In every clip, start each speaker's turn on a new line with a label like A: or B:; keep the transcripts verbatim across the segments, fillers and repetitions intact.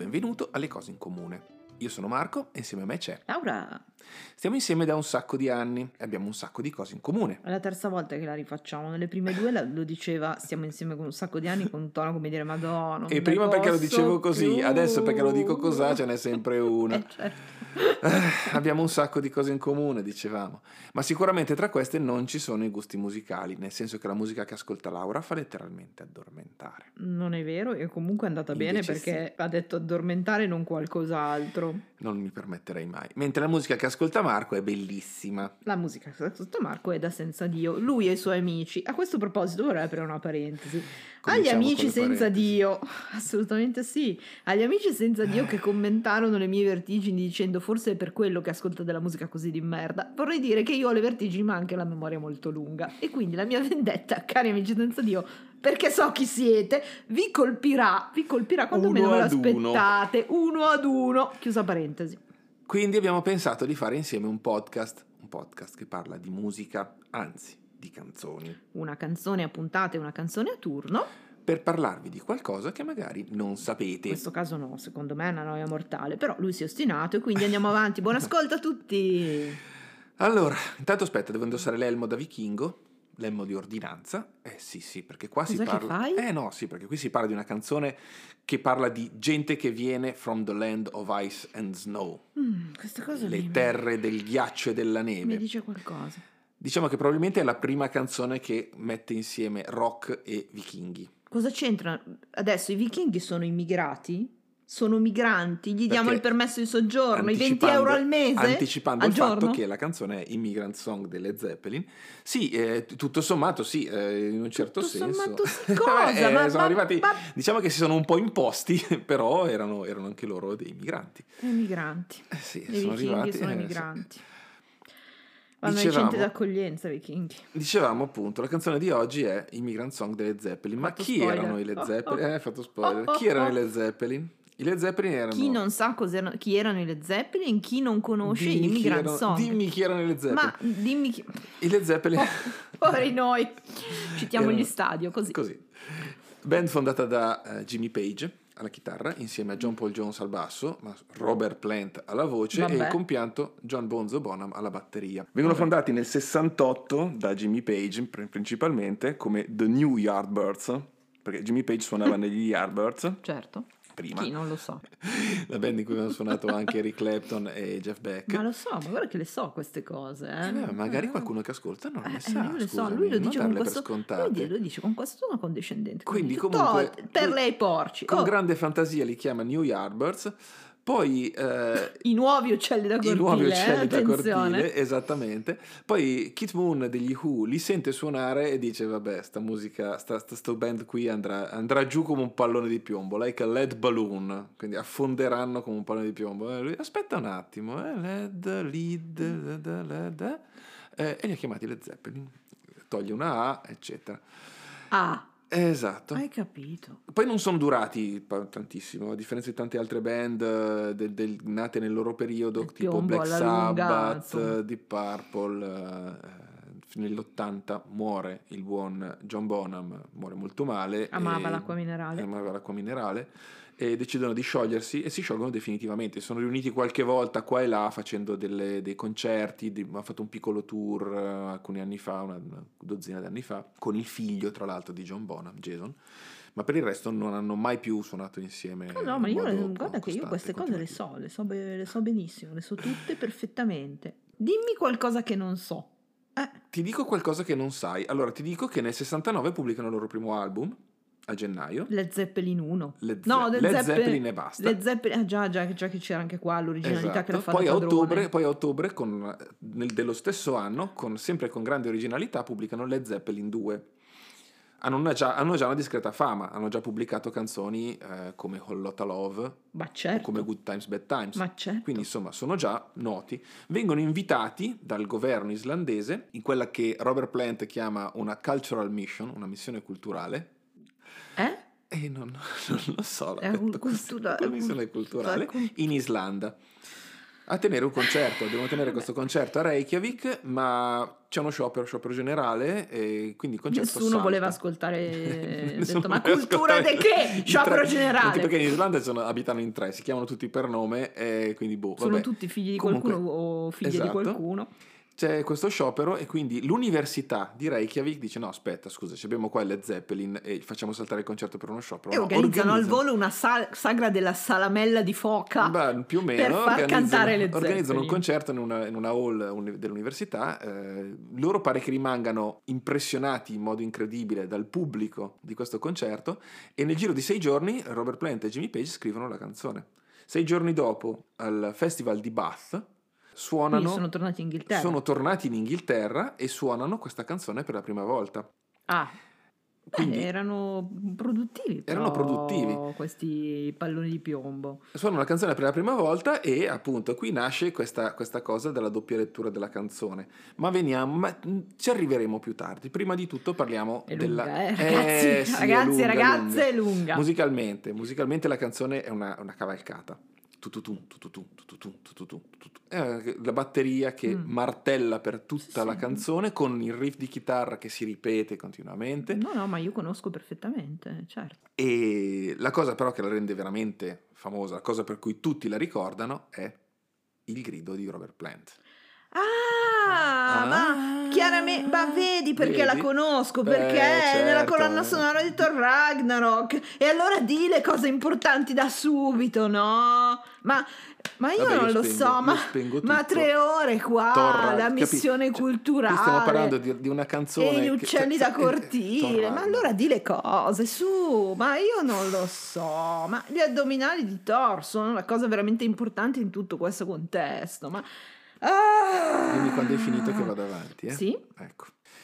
A: benvenuto alle Cose in Comune. Io sono Marco e insieme a me c'è
B: Laura.
A: Stiamo insieme da un sacco di anni e abbiamo un sacco di cose in comune.
B: È la terza volta che la rifacciamo. Nelle prime due la, lo diceva stiamo insieme con un sacco di anni con un tono come dire Madonna, non
A: E prima
B: ne
A: perché lo
B: posso
A: dicevo così,
B: più.
A: adesso perché lo dico così ce n'è sempre una.
B: Eh, certo.
A: Eh, abbiamo un sacco di cose in comune, dicevamo. Ma sicuramente tra queste non ci sono i gusti musicali, nel senso che la musica che ascolta Laura fa letteralmente addormentare.
B: Non è vero, e comunque è andata bene
A: Invece
B: perché ha detto addormentare, non qualcos'altro.
A: Non mi permetterei mai. Mentre la musica che ascolta Marco è bellissima.
B: La musica che ascolta Marco è da senza Dio. Lui e i suoi amici. A questo proposito vorrei aprire una parentesi. Agli
A: Cominciamo
B: amici
A: con le
B: senza
A: parentesi.
B: Dio, assolutamente sì. Agli amici senza Dio che commentarono le mie vertigini dicendo forse è per quello che ascolto della musica così di merda, vorrei dire che io ho le vertigini ma anche la memoria molto lunga. E quindi la mia vendetta, cari amici senza Dio, perché so chi siete, vi colpirà, vi colpirà quando
A: Uno
B: meno ve lo
A: ad uno.
B: aspettate, uno ad uno. Chiusa parentesi.
A: Quindi abbiamo pensato di fare insieme un podcast, un podcast che parla di musica, anzi di canzoni,
B: Una canzone a puntate e una canzone a turno.
A: per parlarvi di qualcosa che magari non
B: In
A: sapete.
B: questo caso no, secondo me è una noia mortale, però lui si è ostinato e quindi andiamo avanti. Buon ascolto a tutti!
A: Allora, intanto aspetta, devo indossare l'elmo da vichingo, l'elmo di ordinanza. Eh sì, sì, perché qua
B: Cos'è
A: si
B: che
A: parla...
B: fai?
A: Eh no, sì, perché qui si parla di una canzone che parla di gente che viene from the land of ice and snow,
B: Mm, questa cosa
A: le
B: mi,
A: terre del ghiaccio e della
B: mi
A: neve.
B: dice qualcosa.
A: Diciamo che probabilmente è la prima canzone che mette insieme rock e vichinghi.
B: Cosa c'entra? Adesso i vichinghi sono immigrati? Sono migranti? Gli diamo
A: Perché
B: il permesso di soggiorno? I venti
A: anticipando-
B: euro al mese?
A: Anticipando
B: al
A: il
B: giorno?
A: fatto che la canzone è Immigrant Song delle Zeppelin. Sì, eh, tutto sommato sì, eh, in un certo
B: Tutto
A: senso.
B: sommato sì, cosa?
A: Eh,
B: Ma-
A: sono
B: ma-
A: arrivati,
B: ma-
A: diciamo che si sono un po' imposti, però erano, erano anche loro dei migranti.
B: I migranti.
A: Eh sì,
B: I
A: sono
B: vichinghi
A: arrivati.
B: sono
A: eh,
B: i
A: sì.
B: migranti. Vanno ai
A: Dicevamo-
B: centri d'accoglienza i vichinghi.
A: Dicevamo appunto, la canzone di oggi è Immigrant Song delle Zeppelin. Ma
B: Fatto
A: chi
B: spoiler.
A: erano i Led
B: Oh,
A: Zeppelin?
B: oh.
A: Eh, fatto spoiler.
B: Oh, oh,
A: Chi erano
B: oh.
A: i Led Zeppelin? I Led Zeppelin erano...
B: Chi non sa cos'erano, chi erano i Led Zeppelin, chi non conosce
A: Dimmi
B: i
A: chi
B: Immigrant
A: erano-
B: Song.
A: Dimmi chi erano i Led Zeppelin.
B: Ma dimmi chi...
A: I Led Zeppelin...
B: Oh, poveri noi. Citiamo
A: Erano-
B: gli stadio, così.
A: Così. Band fondata da eh, Jimmy Page alla chitarra, insieme a John Paul Jones al basso, ma Robert Plant alla voce
B: Vabbè.
A: e il compianto John Bonzo Bonham alla batteria. Vengono fondati nel sessantotto da Jimmy Page pr- principalmente come The New Yardbirds, perché Jimmy Page suonava negli Yardbirds
B: Certo.
A: prima,
B: Chi non lo so.
A: la band in cui avevano suonato anche Eric Clapton e Jeff Beck.
B: Ma lo so, ma guarda che le so queste cose. Eh?
A: Eh, beh, magari
B: Eh.
A: qualcuno che ascolta non
B: Eh,
A: le
B: eh,
A: sa,
B: io le so,
A: scusami,
B: lui lo
A: non
B: dice con
A: darle
B: questo,
A: per scontate.
B: lui lo dice con questo tono condescendente.
A: Quindi
B: Tutto
A: comunque
B: per
A: lui-
B: lei porci.
A: Con
B: Oh,
A: grande fantasia li chiama New Yardbirds, poi eh,
B: I nuovi uccelli da cortile.
A: i nuovi uccelli
B: eh,
A: da
B: attenzione.
A: cortile, esattamente. Poi Keith Moon degli Who li sente suonare e dice vabbè, sta musica, sta, sta, sta band qui andrà, andrà giù come un pallone di piombo, like a lead balloon, quindi affonderanno come un pallone di piombo. E lui, aspetta un attimo, eh, led, lead, led, led, eh, e li ha chiamati Led Zeppelin, toglie una A, eccetera.
B: Ah,
A: Esatto.
B: hai capito.
A: Poi non sono durati pa- tantissimo, a differenza di tante altre band eh, del- del- nate nel loro periodo,
B: Il
A: tipo
B: piombo
A: Black
B: alla lunga,
A: Sabbath,
B: insomma.
A: eh, Deep Purple. eh, nell'ottanta muore il buon John Bonham, muore molto male.
B: Amava
A: e-
B: l'acqua minerale.
A: Amava l'acqua minerale. E decidono di sciogliersi e si sciolgono definitivamente. Sono riuniti qualche volta qua e là facendo delle- dei concerti. Di, ha fatto un piccolo tour eh, alcuni anni fa, una, una dozzina di anni fa, con il figlio tra l'altro di John Bonham, Jason. Ma per il resto non hanno mai più suonato insieme.
B: No, no,
A: in
B: ma io
A: modo
B: le- guarda che io
A: costante,
B: queste cose le
A: continuativo.
B: so, le so, be- le so benissimo, le so tutte perfettamente. Dimmi qualcosa che non so. Eh,
A: Ti dico qualcosa che non sai. Allora, ti dico che nel sessantanove pubblicano il loro primo album, a gennaio.
B: Led Zeppelin uno.
A: Led,
B: No,
A: Ze-
B: Led
A: Led
B: Zeppelin-
A: Zeppelin e basta.
B: Led Zeppelin, ah, già, già, già che c'era anche qua l'originalità che la
A: Esatto.
B: fa
A: Poi
B: da
A: a
B: padrone.
A: ottobre, poi a ottobre con, nel- dello stesso anno, con, sempre con grande originalità, pubblicano Led Zeppelin due. Hanno una già, hanno già una discreta fama, hanno già pubblicato canzoni eh, come Whole Lotta Love
B: Ma
A: o
B: certo.
A: come Good Times Bad Times.
B: Ma certo.
A: Quindi insomma sono già noti. Vengono invitati dal governo islandese in quella che Robert Plant chiama una cultural mission, una missione culturale.
B: Eh?
A: E non, non lo so, l'ha
B: È
A: detto
B: un
A: così,
B: cultura-
A: una missione culturale
B: è cult-
A: in Islanda. a tenere un concerto, devono tenere questo concerto a Reykjavik, ma c'è uno sciopero, sciopero generale, e quindi il concerto
B: Nessuno
A: salta.
B: voleva ascoltare, ho
A: Nessuno
B: detto, ma
A: voleva
B: cultura
A: ascoltare
B: di che?
A: i
B: Sciopero
A: tre-
B: generale.
A: Anche perché in Islanda sono, abitano in tre, si chiamano tutti per nome, e quindi boh,
B: Sono
A: vabbè.
B: tutti figli di
A: Comunque,
B: qualcuno o figlie
A: esatto.
B: di qualcuno.
A: C'è questo sciopero e quindi l'università di Reykjavik dice no aspetta scusa ci abbiamo qua le Zeppelin e facciamo saltare il concerto per uno sciopero.
B: E
A: No,
B: organizzano al
A: organizzano-
B: volo una sal- sagra della salamella di foca
A: Beh, più o meno
B: per far
A: organizzano-
B: cantare le
A: organizzano un
B: Zeppelin.
A: concerto in una, in una hall uni- dell'università. Eh, loro pare che rimangano impressionati in modo incredibile dal pubblico di questo concerto e nel giro di sei giorni Robert Plant e Jimmy Page scrivono la canzone. Sei giorni dopo al festival di Bath suonano,
B: Quindi sono tornati in Inghilterra.
A: sono tornati in Inghilterra e suonano questa canzone per la prima volta.
B: Ah,
A: Quindi
B: beh, erano produttivi.
A: erano
B: però,
A: produttivi.
B: questi palloni di piombo.
A: suonano la canzone per la prima volta e appunto qui nasce questa, questa cosa della doppia lettura della canzone. Ma veniamo, ma mh, ci arriveremo più tardi. Prima di tutto parliamo
B: È
A: della...
B: lunga, eh, ragazzi,
A: Eh, sì, è
B: ragazzi,
A: lunga,
B: ragazze, è
A: lunga.
B: lunga.
A: Musicalmente, musicalmente la canzone è una, una cavalcata. Tututun, tututun, tututun, tututun, tututun. È la batteria che
B: Mm.
A: martella per tutta
B: Sì,
A: la
B: sì.
A: canzone con il riff di chitarra che si ripete continuamente.
B: No, no, ma io conosco perfettamente, certo.
A: E la cosa però che la rende veramente famosa, la cosa per cui tutti la ricordano è il grido di Robert Plant.
B: Ah,
A: Ah,
B: ma chiaramente, ma vedi perché
A: vedi?
B: la conosco,
A: Beh,
B: perché è nella
A: certo.
B: colonna sonora di Thor Ragnarok. E allora di le cose importanti da subito, no? Ma, ma io
A: Vabbè, io
B: non lo
A: spengo-
B: so,
A: io
B: ma,
A: spengo
B: ma
A: tutto.
B: tre ore qua,
A: Thor,
B: la
A: capi-
B: missione
A: cioè,
B: culturale.
A: qui stiamo parlando di, di una canzone
B: E gli
A: che-
B: uccelli
A: cioè,
B: da
A: cioè, eh, Thor
B: cortile, ma
A: Ragnarok.
B: allora di le cose, su, ma io non lo so, ma gli addominali di Thor sono la cosa veramente importante in tutto questo contesto, ma... Ah!
A: Dimmi quando hai finito che vado avanti, eh?
B: Sì.
A: Ecco.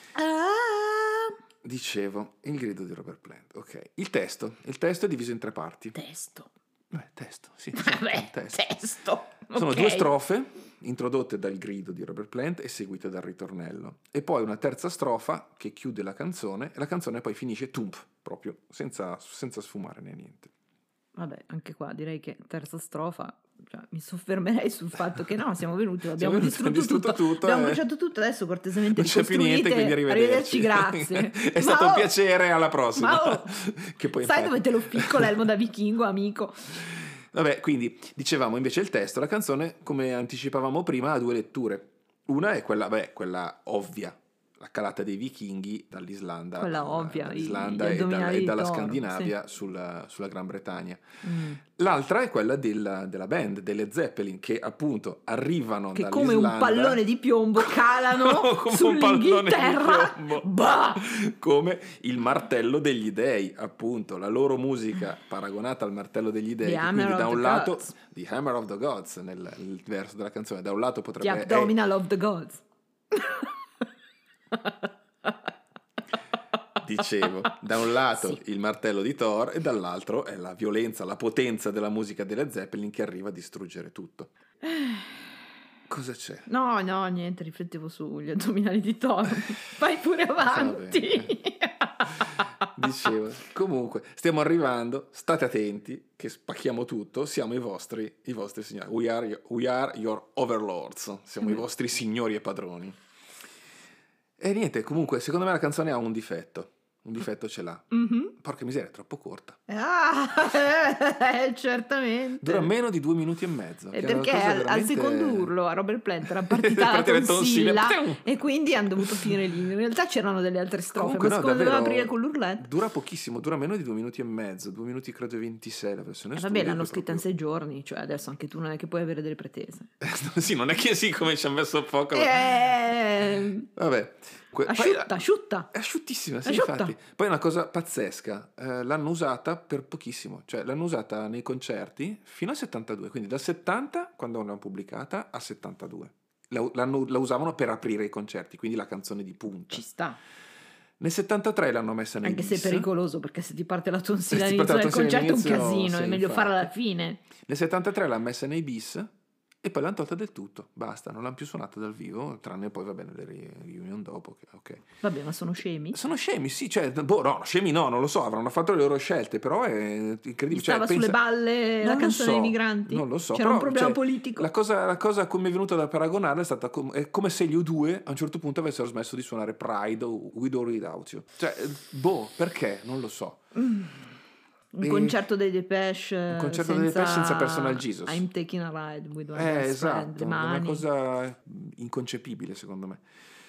B: Ah!
A: Dicevo, il grido di Robert Plant. Ok. Il testo. Il testo è diviso in tre parti.
B: Testo.
A: Beh, testo, sì.
B: Vabbè,
A: il testo.
B: testo.
A: Sono
B: Ok.
A: due strofe introdotte dal grido di Robert Plant e seguite dal ritornello. E poi una terza strofa che chiude la canzone e la canzone poi finisce tump, proprio, senza, senza sfumare né niente.
B: Vabbè, anche qua direi che terza strofa, cioè, mi soffermerei sul fatto che no, siamo venuti, abbiamo
A: venuti,
B: distrutto,
A: abbiamo distrutto
B: tutto,
A: tutto,
B: abbiamo
A: eh.
B: bruciato tutto, adesso cortesemente
A: Non c'è più niente, quindi arrivederci.
B: grazie.
A: È
B: Ma
A: stato un
B: oh,
A: piacere, alla prossima.
B: ma oh,
A: Che poi
B: sai
A: infatti-
B: dove te lo ficco l'elmo da vichingo, amico?
A: Vabbè, quindi dicevamo invece il testo, la canzone, come anticipavamo prima, ha due letture. Una è quella, beh, quella ovvia, la calata dei vichinghi dall'Islanda,
B: Quella
A: alla-
B: ovvia,
A: dall'Islanda
B: gli
A: e, dalla,
B: addominali
A: e
B: di
A: dalla
B: Thor,
A: Scandinavia sulla, sulla Gran Bretagna.
B: Mm.
A: L'altra è quella della, della band, delle Zeppelin, che appunto arrivano
B: Che
A: dall'Islanda.
B: come un pallone di piombo calano
A: Come un pallone di
B: sull'Inghilterra.
A: piombo.
B: Bah!
A: Come il martello degli dei, appunto, la loro musica paragonata al martello degli dei,
B: The
A: che
B: Hammer
A: quindi
B: of
A: da
B: the
A: un lato,
B: Gods.
A: The Hammer of the Gods nel, nel verso della canzone, da un lato
B: The
A: potrebbe
B: abdominal of the gods.
A: dicevo, da un lato
B: Sì.
A: il martello di Thor e dall'altro è la violenza, la potenza della musica delle Zeppelin che arriva a distruggere tutto. Cosa c'è?
B: No, no, niente, riflettevo sugli addominali di Thor. Vai pure avanti.
A: Dicevo, comunque, stiamo arrivando, state attenti, che spacchiamo tutto, siamo i vostri, i vostri signori, we are, your- we are your overlords, siamo i vostri signori e padroni. E niente, comunque, secondo me la canzone ha un difetto, un difetto ce l'ha.
B: Mhm.
A: Porca miseria, è troppo corta.
B: Ah, eh, certamente.
A: Dura meno di due minuti e mezzo.
B: E
A: che è una
B: perché
A: cosa
B: al, al
A: veramente-
B: secondo urlo a Robert Plant era partita la
A: Partire le tonsille.
B: tonsilla e quindi hanno dovuto finire lì. In realtà c'erano delle altre strofe,
A: Comunque,
B: ma
A: no,
B: siccome doveva
A: davvero,
B: aprire con l'urletto.
A: Dura pochissimo, dura meno di due minuti e mezzo, due minuti credo e ventisei la versione
B: Eh,
A: studio.
B: vabbè, l'hanno
A: che
B: scritta in
A: proprio-
B: sei giorni, cioè adesso anche tu non è che puoi avere delle pretese.
A: Sì, non è che sì, come ci ha messo poco.
B: Eh,
A: Vabbè. Que- poi-
B: asciutta, asciutta.
A: È asciuttissima, sì,
B: Asciutta.
A: infatti. Poi è una cosa pazzesca, eh, l'hanno usata per pochissimo, cioè l'hanno usata nei concerti fino al settantadue, quindi dal settanta, quando l'hanno pubblicata, a settantadue. La, l'hanno- la usavano per aprire i concerti, quindi la canzone di punta.
B: Ci sta.
A: Nel settantatré l'hanno messa nei
B: Anche se è
A: bis.
B: pericoloso, perché se ti parte la tonsilla
A: Se ti
B: all'inizio
A: parte
B: del
A: la tonsilla
B: concerto è un
A: all'inizio,
B: casino,
A: sì,
B: è meglio
A: infatti.
B: farla alla fine.
A: Nel settantatré l'ha messa nei bis e poi l'hanno tolta del tutto, basta, non l'hanno più suonata dal vivo, tranne poi va bene le reunion dopo, che, ok.
B: Vabbè, ma sono scemi?
A: Sono scemi, sì, cioè, boh, no, scemi no, non lo so, avranno fatto le loro scelte, però è incredibile.
B: Stava
A: cioè,
B: sulle
A: pensa...
B: balle
A: non
B: la canzone
A: so,
B: dei migranti?
A: Non lo so.
B: C'era
A: però,
B: un problema
A: cioè,
B: politico?
A: La cosa, la cosa a cui mi è venuta da paragonare è stata com- è come se gli U due a un certo punto avessero smesso di suonare Pride o With or Without You. Cioè, boh, perché? Non lo so.
B: Mm. Un
A: E...
B: concerto dei Depeche
A: un concerto
B: senza...
A: dei Depeche senza Personal Jesus.
B: I'm taking a ride with my
A: Eh,
B: best
A: esatto,
B: friend, le
A: è una
B: mani.
A: cosa inconcepibile secondo me.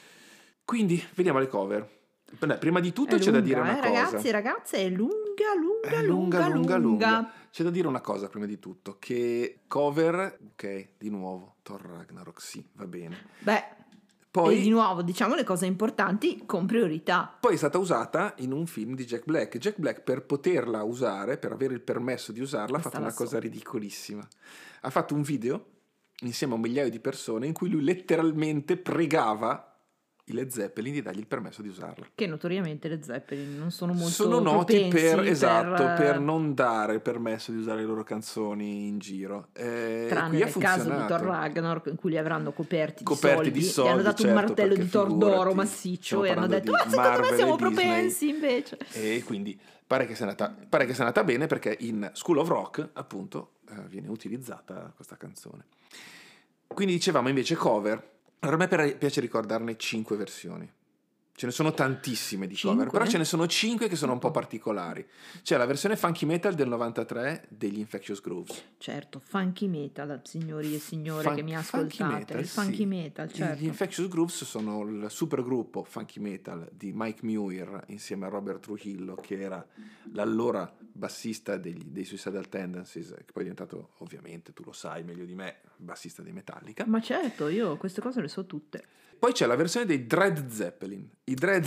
A: Quindi, vediamo le cover. Beh, prima di tutto
B: È
A: c'è
B: lunga,
A: da dire una
B: eh,
A: cosa.
B: ragazzi e ragazze, è lunga, lunga,
A: È
B: lunga, lunga, lunga.
A: C'è da dire una cosa prima di tutto, che cover, ok, di nuovo, Thor Ragnarok, sì, va bene.
B: Beh,
A: Poi,
B: e di nuovo diciamo le cose importanti con priorità.
A: Poi è stata usata in un film di Jack Black. Jack Black, per poterla usare, per avere il permesso di usarla, ha fatto una cosa ridicolissima. Ha fatto un video insieme a un migliaio di persone in cui lui letteralmente pregava i Led Zeppelin di dargli il permesso di usarla.
B: Che notoriamente Led Zeppelin non sono molto
A: sono noti per, esatto,
B: per,
A: per non dare il permesso di usare le loro canzoni in giro. Eh,
B: tranne
A: qui ha
B: nel caso di
A: funzionato.
B: Thor Ragnarok, in cui li avranno coperti,
A: coperti
B: di soldi,
A: di soldi,
B: gli hanno dato
A: certo,
B: un martello
A: perché
B: di Thor
A: figurati,
B: d'oro massiccio
A: stiamo
B: e hanno
A: parlando
B: detto
A: di
B: ma secondo me
A: Marvel
B: siamo
A: e Disney.
B: propensi invece.
A: E quindi pare che sia andata, pare che sia andata bene, perché in School of Rock appunto eh, viene utilizzata questa canzone. Quindi dicevamo invece cover. Allora a me piace ricordarne cinque versioni. Ce ne sono tantissime di
B: Cinque?
A: cover, però ce ne sono cinque che sono un po' particolari. C'è la versione funky metal del novantatré degli Infectious Grooves.
B: Certo, funky metal, signori e signore
A: Fun-
B: che mi
A: funky
B: ascoltate.
A: metal,
B: Il funky
A: sì.
B: metal, certo.
A: Gli Infectious Grooves sono il supergruppo funky metal di Mike Muir insieme a Robert Trujillo, che era l'allora bassista degli, dei Suicidal Tendencies, che poi è diventato, ovviamente, tu lo sai meglio di me, bassista dei Metallica.
B: Ma certo, io queste cose le so tutte.
A: Poi c'è la versione dei Dread Zeppelin. I Dread,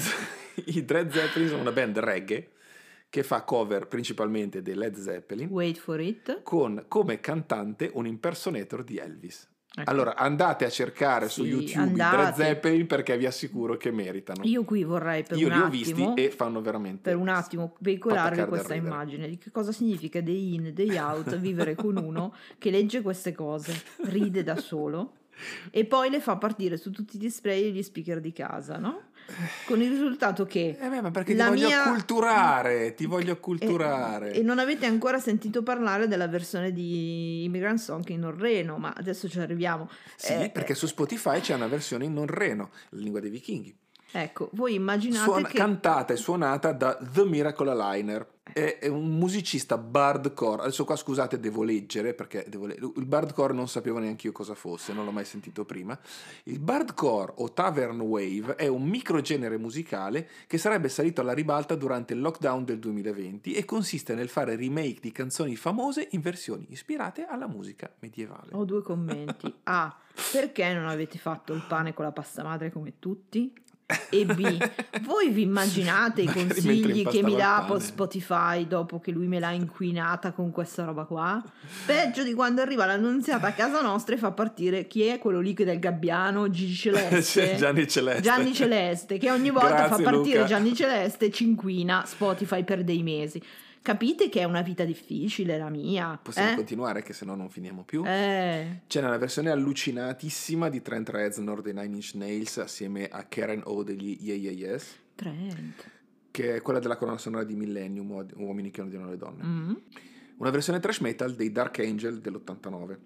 A: I Dread Zeppelin sono una band reggae che fa cover principalmente dei Led Zeppelin.
B: Wait for it.
A: Con come cantante un impersonator di Elvis.
B: Ecco.
A: Allora andate a cercare
B: Sì,
A: su YouTube
B: andate.
A: i Dread Zeppelin, perché vi assicuro che meritano.
B: Io qui vorrei per
A: Io
B: un
A: li ho
B: attimo,
A: visti e fanno veramente
B: per un attimo veicolarvi
A: attaccare da
B: questa
A: ridere.
B: immagine di che cosa significa day in, day out, vivere con uno che legge queste cose, ride da solo e poi le fa partire su tutti i display e gli speaker di casa, no? Con il risultato che
A: Eh beh, ma perché
B: la
A: ti voglio
B: mia-
A: acculturare, ti voglio acculturare.
B: E, e non avete ancora sentito parlare della versione di Immigrant Song in norreno, ma adesso ci arriviamo.
A: Sì,
B: Eh,
A: perché su Spotify c'è una versione in norreno, la lingua dei vichinghi.
B: Ecco, voi immaginate
A: Suona-
B: che
A: cantata e suonata da The Miracle Aligner. È, è un musicista bardcore. Adesso qua scusate, devo leggere perché devo le- il bardcore non sapevo neanche io cosa fosse, non l'ho mai sentito prima. Il bardcore o tavern wave è un microgenere musicale che sarebbe salito alla ribalta durante il lockdown del duemilaventi e consiste nel fare remake di canzoni famose in versioni ispirate alla musica medievale.
B: ho due commenti. A, perché non avete fatto il pane con la pasta madre come tutti? E B, voi vi immaginate i
A: Magari mentre
B: consigli che mi
A: impastava
B: dà
A: il pane.
B: Spotify dopo che lui me l'ha inquinata con questa roba qua? Peggio di quando arriva l'annunziata a casa nostra e fa partire chi è quello lì che del gabbiano, Gigi Celeste.
A: C'è Gianni Celeste.
B: Gianni Celeste, che ogni volta
A: Grazie,
B: fa partire
A: Luca.
B: Gianni Celeste e ci inquina Spotify per dei mesi. Capite che è una vita difficile la mia?
A: Possiamo
B: eh?
A: continuare, che se no non finiamo più.
B: Eh,
A: C'è una versione allucinatissima di Trent Reznor dei Nine Inch Nails assieme a Karen O degli Yeah Yeah Yes,
B: Trent.
A: che è quella della colonna sonora di Millennium, Uo- Uomini che odiano le donne.
B: Mm.
A: Una versione thrash metal dei Dark Angel dell'ottantanove.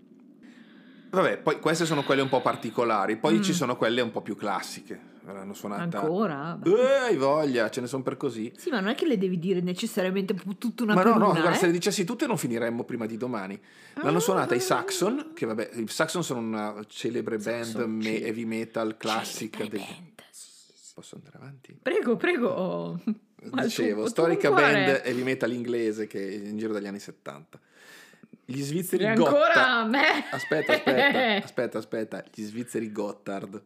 A: Vabbè, poi queste sono quelle un po' particolari, poi
B: Mm.
A: ci sono quelle un po' più classiche. L'hanno suonata.
B: Ancora?
A: Eh, hai voglia, ce ne sono per così.
B: Sì, ma non è che le devi dire necessariamente pu- tutta una
A: Ma
B: per
A: no, no,
B: una,
A: guarda,
B: eh?
A: se le dicessi tutte non finiremmo prima di domani. L'hanno
B: Ah.
A: suonata i Saxon, che vabbè, i Saxon sono una celebre band
B: Saxon,
A: me-
B: sì.
A: heavy metal classica.
B: Celebre
A: Degli...
B: band, sì, sì, sì.
A: Posso andare avanti?
B: Prego, prego. Ma
A: Dicevo,
B: tu- tu
A: storica
B: un cuore.
A: band heavy metal inglese che è in giro dagli anni settanta. Gli svizzeri
B: E ancora
A: Gotta-
B: a me?
A: Aspetta, aspetta, aspetta, aspetta. Gli svizzeri Gotthard.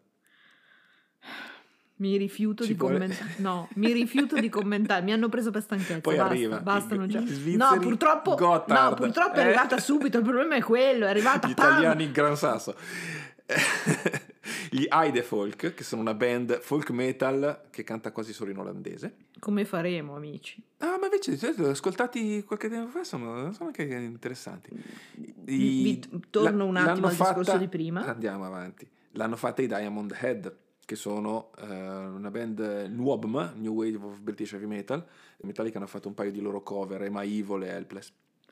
B: Mi rifiuto
A: Ci
B: di
A: vuole-
B: commentare. No, mi rifiuto di commentare. Mi hanno preso per stanchezza.
A: Poi
B: basta,
A: arriva
B: bastano
A: i-
B: già.
A: gli svizzeri
B: No, purtroppo,
A: Gotthard.
B: no, purtroppo è
A: Eh.
B: arrivata subito. Il problema è quello. È arrivata
A: Gli
B: pam!
A: italiani in Gran Sasso. Gli Ide Folk, che sono una band folk metal che canta quasi solo in olandese.
B: Come faremo, amici?
A: Ah, ma invece li ho ascoltati qualche tempo fa, sono, sono anche interessanti. I,
B: Vi torno un attimo al
A: fatta,
B: discorso di prima.
A: Andiamo avanti. L'hanno fatta i Diamond Head, che sono uh, una band N W O B M, New Wave of British Heavy Metal. Metallica hanno fatto un paio di loro cover, Emma Evil e Helpless.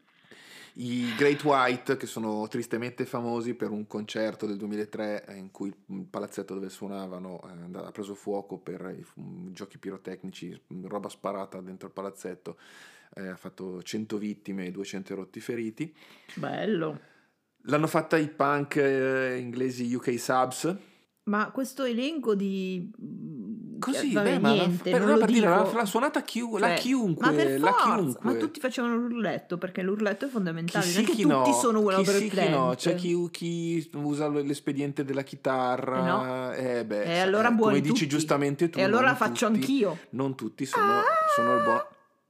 A: I Great White, che sono tristemente famosi per un concerto del duemilatré in cui il palazzetto dove suonavano eh, ha preso fuoco per i um, giochi pirotecnici, roba sparata dentro il palazzetto, eh, ha fatto cento vittime e duecento rotti feriti.
B: Bello.
A: L'hanno fatta i punk eh, inglesi U K Subs.
B: Ma questo elenco di
A: così,
B: vabbè,
A: beh, ma
B: niente,
A: la,
B: non
A: per
B: lo
A: dire,
B: dico.
A: l'ha, l'ha suonata chi,
B: Cioè,
A: la chiunque,
B: ma per
A: la
B: forza,
A: chiunque.
B: ma tutti facevano l'urletto, perché l'urletto è fondamentale,
A: Chi
B: non è
A: sì,
B: che
A: chi
B: tutti
A: no,
B: sono
A: chi
B: Wilbur
A: sì, chi no.
B: Plant.
A: C'è chi, chi usa l'espediente della chitarra,
B: Eh no.
A: eh beh,
B: E
A: sa-
B: allora
A: eh,
B: buoni
A: come dici
B: tutti.
A: giustamente tu,
B: E allora
A: non
B: la faccio
A: tutti-
B: anch'io.
A: Non tutti sono,
B: Ah!
A: sono il buon.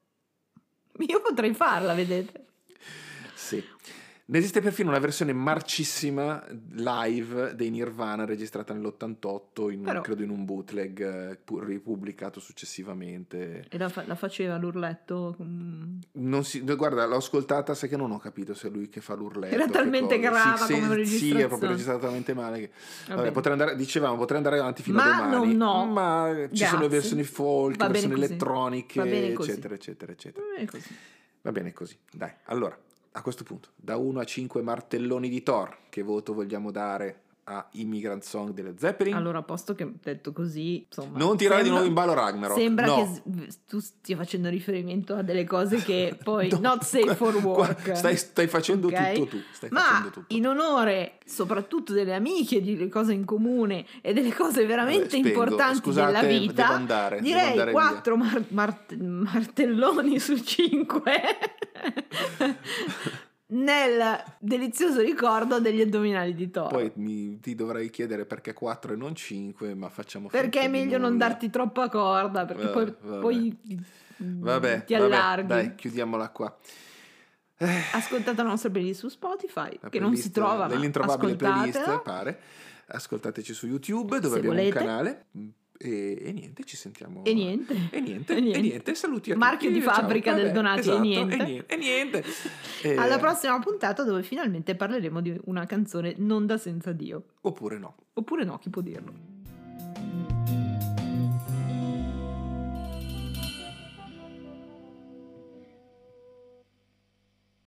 B: Io potrei farla, vedete.
A: Sì. Ne esiste perfino una versione marcissima live dei Nirvana registrata nell'ottantotto, in un-
B: Però-
A: credo in un bootleg eh, pu- ripubblicato successivamente.
B: E la, fa- la faceva l'urletto. mm.
A: Non si, no, guarda, l'ho ascoltata, sai che non ho capito se è lui che fa l'urletto.
B: Era
A: che
B: talmente
A: cosa.
B: grava
A: Sì,
B: come
A: sì,
B: registrazione.
A: Sì, è proprio registrata talmente male che...
B: Va
A: Vabbè,
B: bene.
A: potrei andare, dicevamo, potrei andare avanti fino
B: Ma
A: a domani.
B: non no.
A: Ma ci
B: Grazie.
A: sono le versioni folk,
B: Va bene
A: versioni
B: così.
A: elettroniche,
B: Va bene così.
A: eccetera, eccetera, eccetera.
B: Va bene così.
A: Va bene così, dai. Allora, a questo punto, da uno a cinque martelloni di Thor, che voto vogliamo dare a Immigrant Song delle Zeppelin?
B: Allora, a posto che detto così, insomma,
A: Non tirare di
B: sembra-
A: nuovo in ballo Ragnarok.
B: Sembra
A: no.
B: che s- tu stia facendo riferimento a delle cose che poi
A: No,
B: not safe for
A: qua-
B: work.
A: Stai, stai facendo
B: Ok?
A: tutto tu. Stai
B: Ma
A: facendo tutto.
B: in onore soprattutto delle amiche, di cose in comune e delle cose veramente
A: Vabbè, spengo.
B: importanti
A: Scusate,
B: della vita,
A: devo andare, devo
B: direi
A: andare
B: quattro mar- mart- martelloni su cinque nel delizioso ricordo degli addominali di Thor.
A: Poi mi, ti dovrei chiedere perché quattro e non cinque, ma facciamo
B: Perché è
A: finta di
B: meglio non
A: nulla.
B: darti troppa corda, perché
A: Vabbè,
B: poi,
A: vabbè.
B: poi
A: Vabbè,
B: ti
A: vabbè,
B: allarghi.
A: dai, chiudiamola qua. Eh,
B: Ascoltate la nostra playlist su Spotify,
A: la
B: che non si
A: playlist-
B: trova, ma
A: l'introvabile playlist,
B: ascoltatela.
A: pare. Ascoltateci su YouTube, dove
B: Se
A: abbiamo
B: volete.
A: un canale. E, e niente, ci sentiamo.
B: E niente.
A: E niente,
B: E niente.
A: e niente, saluti a
B: Marchio
A: tutti.
B: di
A: Ciao,
B: fabbrica del
A: vabbè,
B: Donati, e
A: esatto,
B: niente.
A: E niente. E niente. Eh,
B: Alla prossima puntata dove finalmente parleremo di una canzone non da senza Dio.
A: Oppure no.
B: Oppure no, chi può dirlo?